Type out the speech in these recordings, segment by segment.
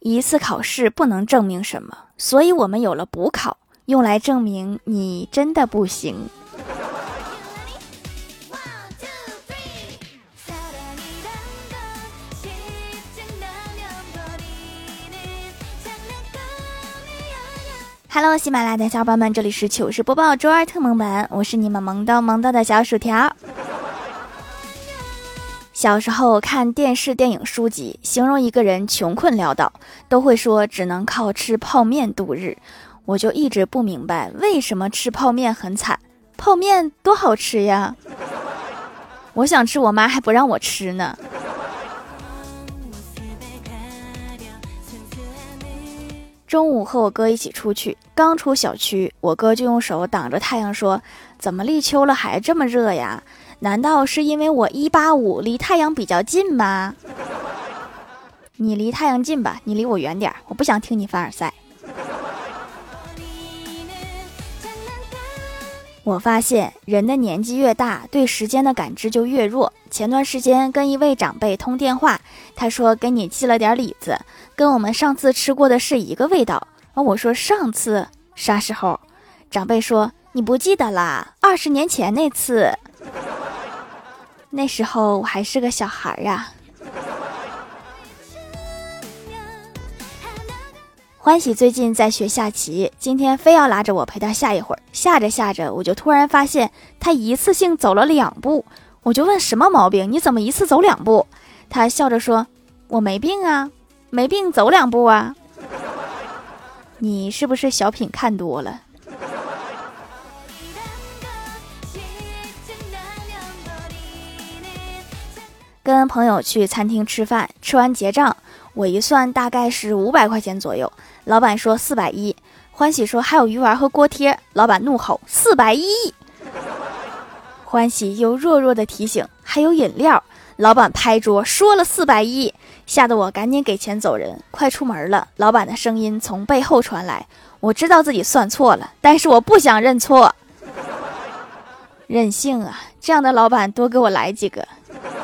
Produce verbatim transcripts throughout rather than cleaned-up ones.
一次考试不能证明什么，所以我们有了补考，用来证明你真的不行。Hello， 喜马拉雅的小伙伴们，这里是糗事播报周二特萌版，我是你们萌到萌到的小薯条。小时候看电视电影书籍，形容一个人穷困潦倒，都会说只能靠吃泡面度日。我就一直不明白，为什么吃泡面很惨？泡面多好吃呀！我想吃，我妈还不让我吃呢。中午和我哥一起出去，刚出小区，我哥就用手挡着太阳说：怎么立秋了还这么热呀？难道是因为我一八五离太阳比较近吗？你离太阳近吧，你离我远点，我不想听你凡尔赛。我发现人的年纪越大，对时间的感知就越弱。前段时间跟一位长辈通电话，他说给你寄了点李子，跟我们上次吃过的是一个味道。我说上次啥时候？长辈说你不记得啦，二十年前那次。那时候我还是个小孩啊。欢喜最近在学下棋，今天非要拉着我陪他下一会儿，下着下着我就突然发现他一次性走了两步，我就问什么毛病，你怎么一次走两步？他笑着说我没病啊，没病走两步啊。你是不是小品看多了？跟朋友去餐厅吃饭，吃完结账，我一算大概是五百块钱左右，老板说四百一，欢喜说还有鱼丸和锅贴，老板怒吼四百一，欢喜又弱弱的提醒还有饮料，老板拍桌说了四百一，吓得我赶紧给钱走人。快出门了，老板的声音从背后传来，我知道自己算错了，但是我不想认错。任性啊，这样的老板多给我来几个。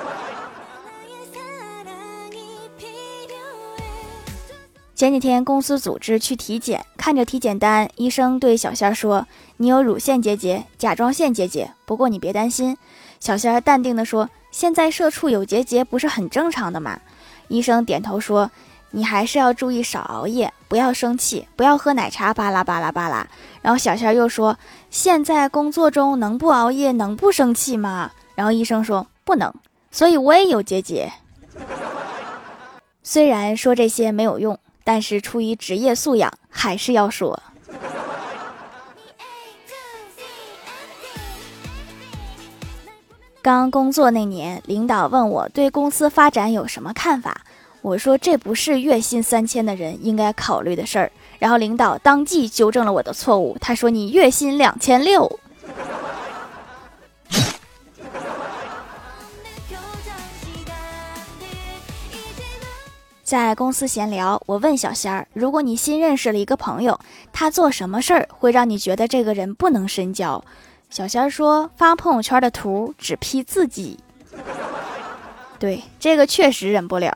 前几天公司组织去体检，看着体检单，医生对小仙儿说你有乳腺结节、甲状腺结节，不过你别担心。小仙儿淡定地说现在社畜有结节不是很正常的吗？医生点头说你还是要注意少熬夜，不要生气，不要喝奶茶，巴拉巴拉巴拉。然后小仙儿又说现在工作中能不熬夜能不生气吗？然后医生说不能，所以我也有结节。虽然说这些没有用，但是出于职业素养还是要说。刚工作那年，领导问我对公司发展有什么看法，我说这不是月薪三千的人应该考虑的事儿。然后领导当即纠正了我的错误，他说你月薪两千六。在公司闲聊，我问小仙儿，如果你新认识了一个朋友，他做什么事儿会让你觉得这个人不能深交？小仙儿说发朋友圈的图只 P 自己。对，这个确实忍不了。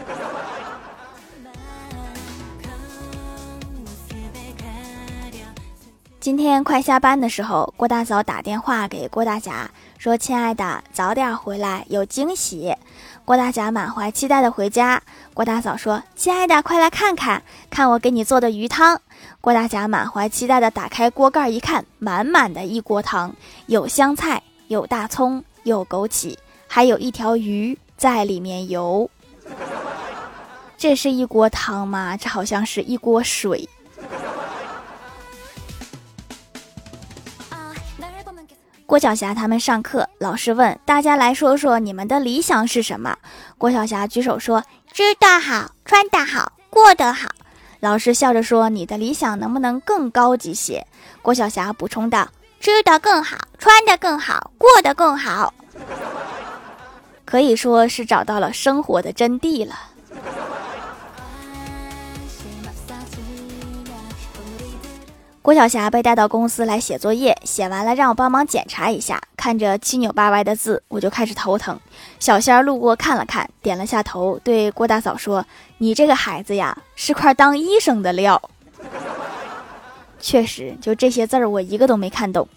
今天快下班的时候，郭大嫂打电话给郭大侠说亲爱的早点回来有惊喜。郭大侠满怀期待的回家，郭大嫂说亲爱的快来看看看我给你做的鱼汤。郭大侠满怀期待的打开锅盖一看，满满的一锅汤，有香菜，有大葱，有枸杞，还有一条鱼在里面游。这是一锅汤吗？这好像是一锅水。郭晓霞他们上课，老师问大家来说说你们的理想是什么。郭晓霞举手说吃得好，穿得好，过得好。老师笑着说你的理想能不能更高级些？郭晓霞补充道吃得更好，穿得更好，过得更好。可以说是找到了生活的真谛了。郭晓霞被带到公司来写作业，写完了让我帮忙检查一下， 看着七扭八歪的字，我就开始头疼。小仙儿路过看了看，点了下头，对郭大嫂说：“你这个孩子呀，是块当医生的料。”确实，就这些字儿，我一个都没看懂。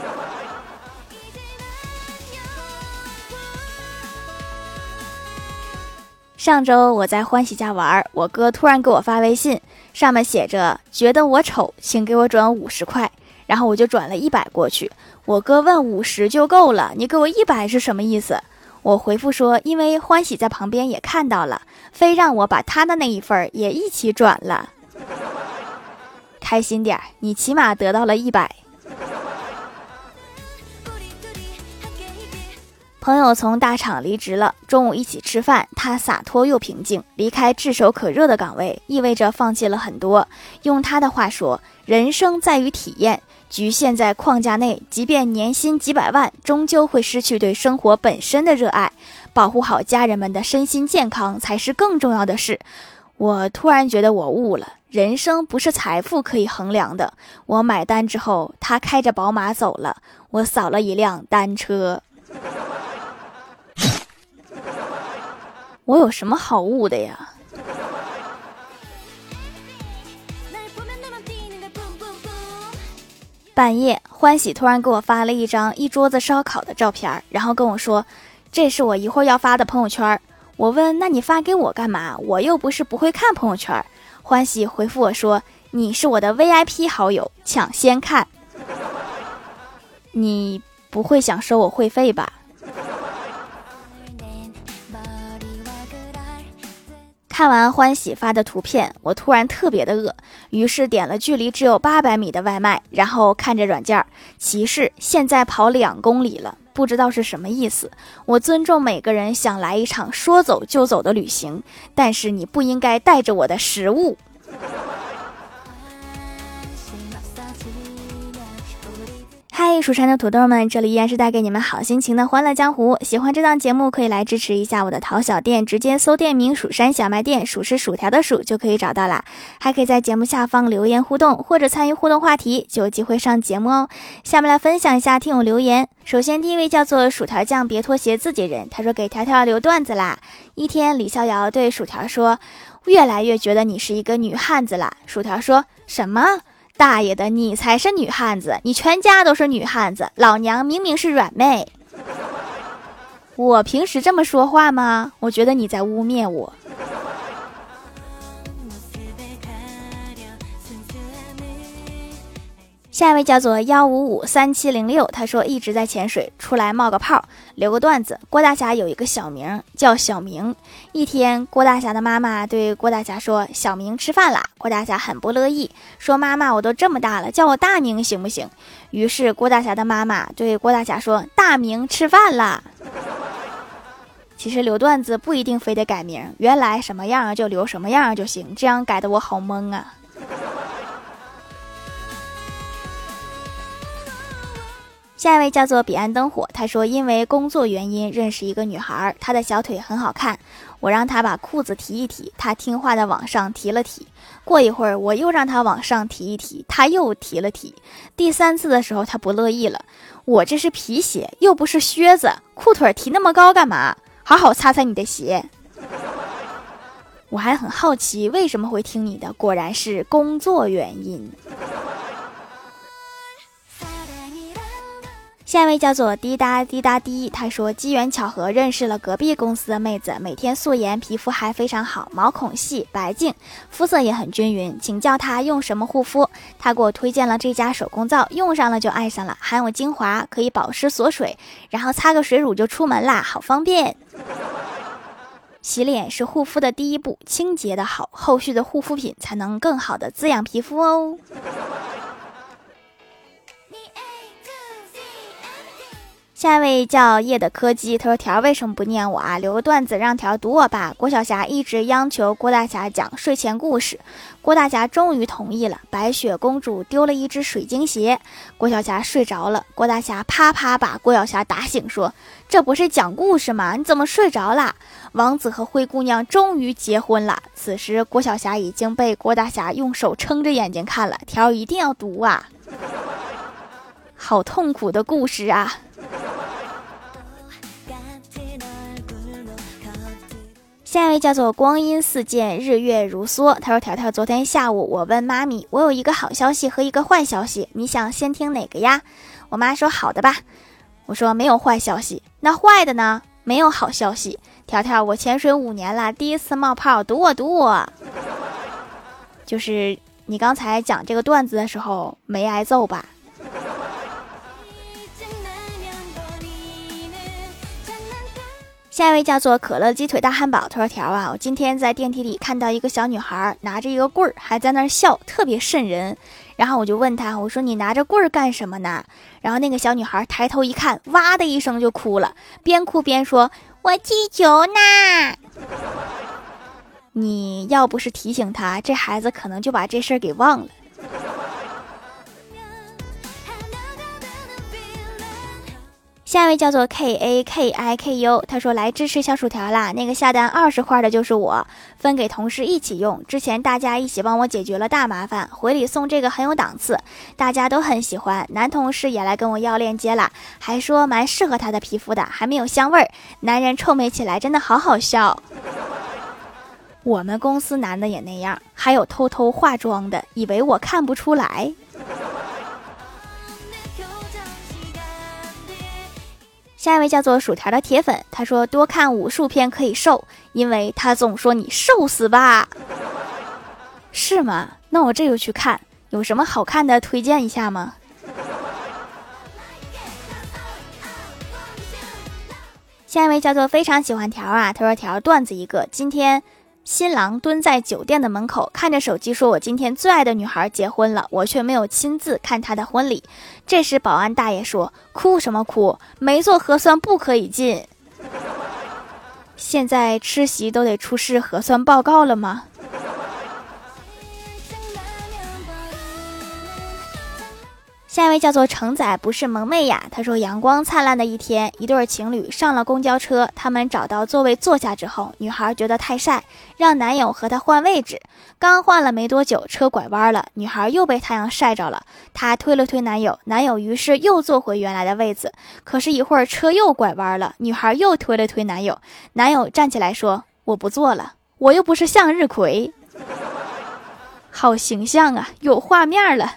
上周我在欢喜家玩，我哥突然给我发微信，上面写着觉得我丑请给我转五十块，然后我就转了一百过去。我哥问五十就够了，你给我一百是什么意思？我回复说因为欢喜在旁边也看到了，非让我把他的那一份也一起转了。开心点，你起码得到了一百。朋友从大厂离职了，中午一起吃饭，他洒脱又平静。离开炙手可热的岗位，意味着放弃了很多。用他的话说，人生在于体验，局限在框架内，即便年薪几百万，终究会失去对生活本身的热爱。保护好家人们的身心健康才是更重要的事。我突然觉得我悟了，人生不是财富可以衡量的。我买单之后，他开着宝马走了，我扫了一辆单车。我有什么好悟的呀？半夜，欢喜突然给我发了一张一桌子烧烤的照片，然后跟我说，这是我一会儿要发的朋友圈。我问，那你发给我干嘛？我又不是不会看朋友圈。欢喜回复我说，你是我的 V I P 好友，抢先看。你不会想收我会费吧？看完欢喜发的图片，我突然特别的饿，于是点了距离只有八百米的外卖，然后看着软件提示现在跑两公里了，不知道是什么意思。我尊重每个人想来一场说走就走的旅行，但是你不应该带着我的食物。嗨，蜀山的土豆们，这里依然是带给你们好心情的欢乐江湖。喜欢这档节目可以来支持一下我的淘小店，直接搜店名蜀山小卖店，数是薯条的数就可以找到啦。还可以在节目下方留言互动，或者参与互动话题，就有机会上节目哦。下面来分享一下听友留言。首先第一位叫做薯条酱别拖鞋自己人，他说给条条留段子啦。一天李逍遥对薯条说，越来越觉得你是一个女汉子啦。薯条说，什么？大爷的，你才是女汉子，你全家都是女汉子，老娘明明是软妹。我平时这么说话吗？我觉得你在污蔑我。下一位叫做幺五五三七零六，他说一直在潜水，出来冒个泡，留个段子。郭大侠有一个小名叫小明。一天，郭大侠的妈妈对郭大侠说，小明吃饭啦。郭大侠很不乐意，说妈妈，我都这么大了，叫我大明行不行？于是郭大侠的妈妈对郭大侠说，大明吃饭啦。其实留段子不一定非得改名，原来什么样就留什么样就行，这样改得我好懵啊。下一位叫做彼岸灯火，他说因为工作原因认识一个女孩，她的小腿很好看，我让她把裤子提一提，她听话的往上提了提。过一会儿我又让她往上提一提，她又提了提。第三次的时候她不乐意了，我这是皮鞋又不是靴子，裤腿提那么高干嘛？好好擦擦你的鞋。我还很好奇为什么会听你的，果然是工作原因。下一位叫做滴答滴答滴，他说机缘巧合认识了隔壁公司的妹子，每天素颜，皮肤还非常好，毛孔细白净，肤色也很均匀，请教他用什么护肤，他给我推荐了这家手工皂，用上了就爱上了，含有精华，可以保湿锁水，然后擦个水乳就出门啦，好方便。洗脸是护肤的第一步，清洁的好，后续的护肤品才能更好的滋养皮肤哦。下一位叫叶的柯基，他说条为什么不念我啊？留个段子让条读我吧。郭晓霞一直央求郭大侠讲睡前故事，郭大侠终于同意了。白雪公主丢了一只水晶鞋，郭晓霞睡着了，郭大侠啪啪把郭晓霞打醒，说这不是讲故事吗？你怎么睡着了？王子和灰姑娘终于结婚了。此时郭晓霞已经被郭大侠用手撑着眼睛看了，条一定要读啊，好痛苦的故事啊。 下一位叫做光阴似箭，日月如梭。他说条条，昨天下午我问妈咪，我有一个好消息和一个坏消息，你想先听哪个呀？我妈说好的吧。我说没有坏消息。那坏的呢？没有好消息。条条，我潜水五年了，第一次冒泡，堵我堵我。就是你刚才讲这个段子的时候没挨揍吧？下一位叫做可乐鸡腿大汉堡。他说条啊，我今天在电梯里看到一个小女孩拿着一个棍儿还在那儿笑，特别瘆人。然后我就问她，我说你拿着棍儿干什么呢？然后那个小女孩抬头一看，哇的一声就哭了，边哭边说，我踢球呢。你要不是提醒她，这孩子可能就把这事儿给忘了。下一位叫做 K A K I K U， 他说来支持小薯条啦，那个下单二十块的就是我，分给同事一起用，之前大家一起帮我解决了大麻烦，回礼送这个很有档次，大家都很喜欢，男同事也来跟我要链接了，还说蛮适合他的皮肤的，还没有香味儿，男人臭美起来真的好好笑。我们公司男的也那样，还有偷偷化妆的，以为我看不出来。下一位叫做薯条的铁粉，他说多看武术片可以瘦，因为他总说你瘦死吧。是吗？那我这就去看，有什么好看的推荐一下吗？下一位叫做非常喜欢条啊，他说条段子一个，今天新郎蹲在酒店的门口，看着手机说我今天最爱的女孩结婚了，我却没有亲自看她的婚礼。这时保安大爷说，哭什么哭，没做核酸不可以进。现在吃席都得出示核酸报告了吗？下一位叫做承载不是萌妹呀，他说阳光灿烂的一天，一对情侣上了公交车，他们找到座位坐下之后，女孩觉得太晒，让男友和她换位置，刚换了没多久，车拐弯了，女孩又被太阳晒着了，她推了推男友，男友于是又坐回原来的位子，可是一会儿车又拐弯了，女孩又推了推男友，男友站起来说，我不坐了，我又不是向日葵。好形象啊，有画面了。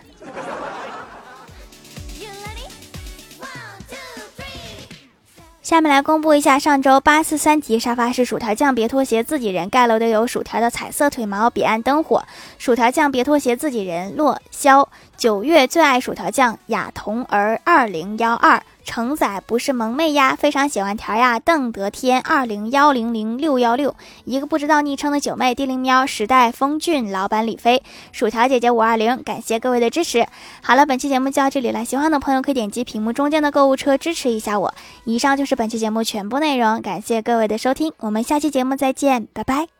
下面来公布一下上周八四三级沙发是薯条酱别拖鞋自己人盖楼的有薯条的彩色腿毛彼岸灯火，薯条酱别拖鞋自己人落霄，九月最爱薯条酱雅童儿二零一二，承载不是萌妹呀，非常喜欢条呀，邓德天二零一零零六一六，一个不知道昵称的九妹，地灵喵，时代风俊，老板李飞，薯条姐姐五二零，感谢各位的支持。好了，本期节目就到这里了，喜欢的朋友可以点击屏幕中间的购物车支持一下我。以上就是本期节目全部内容，感谢各位的收听，我们下期节目再见，拜拜。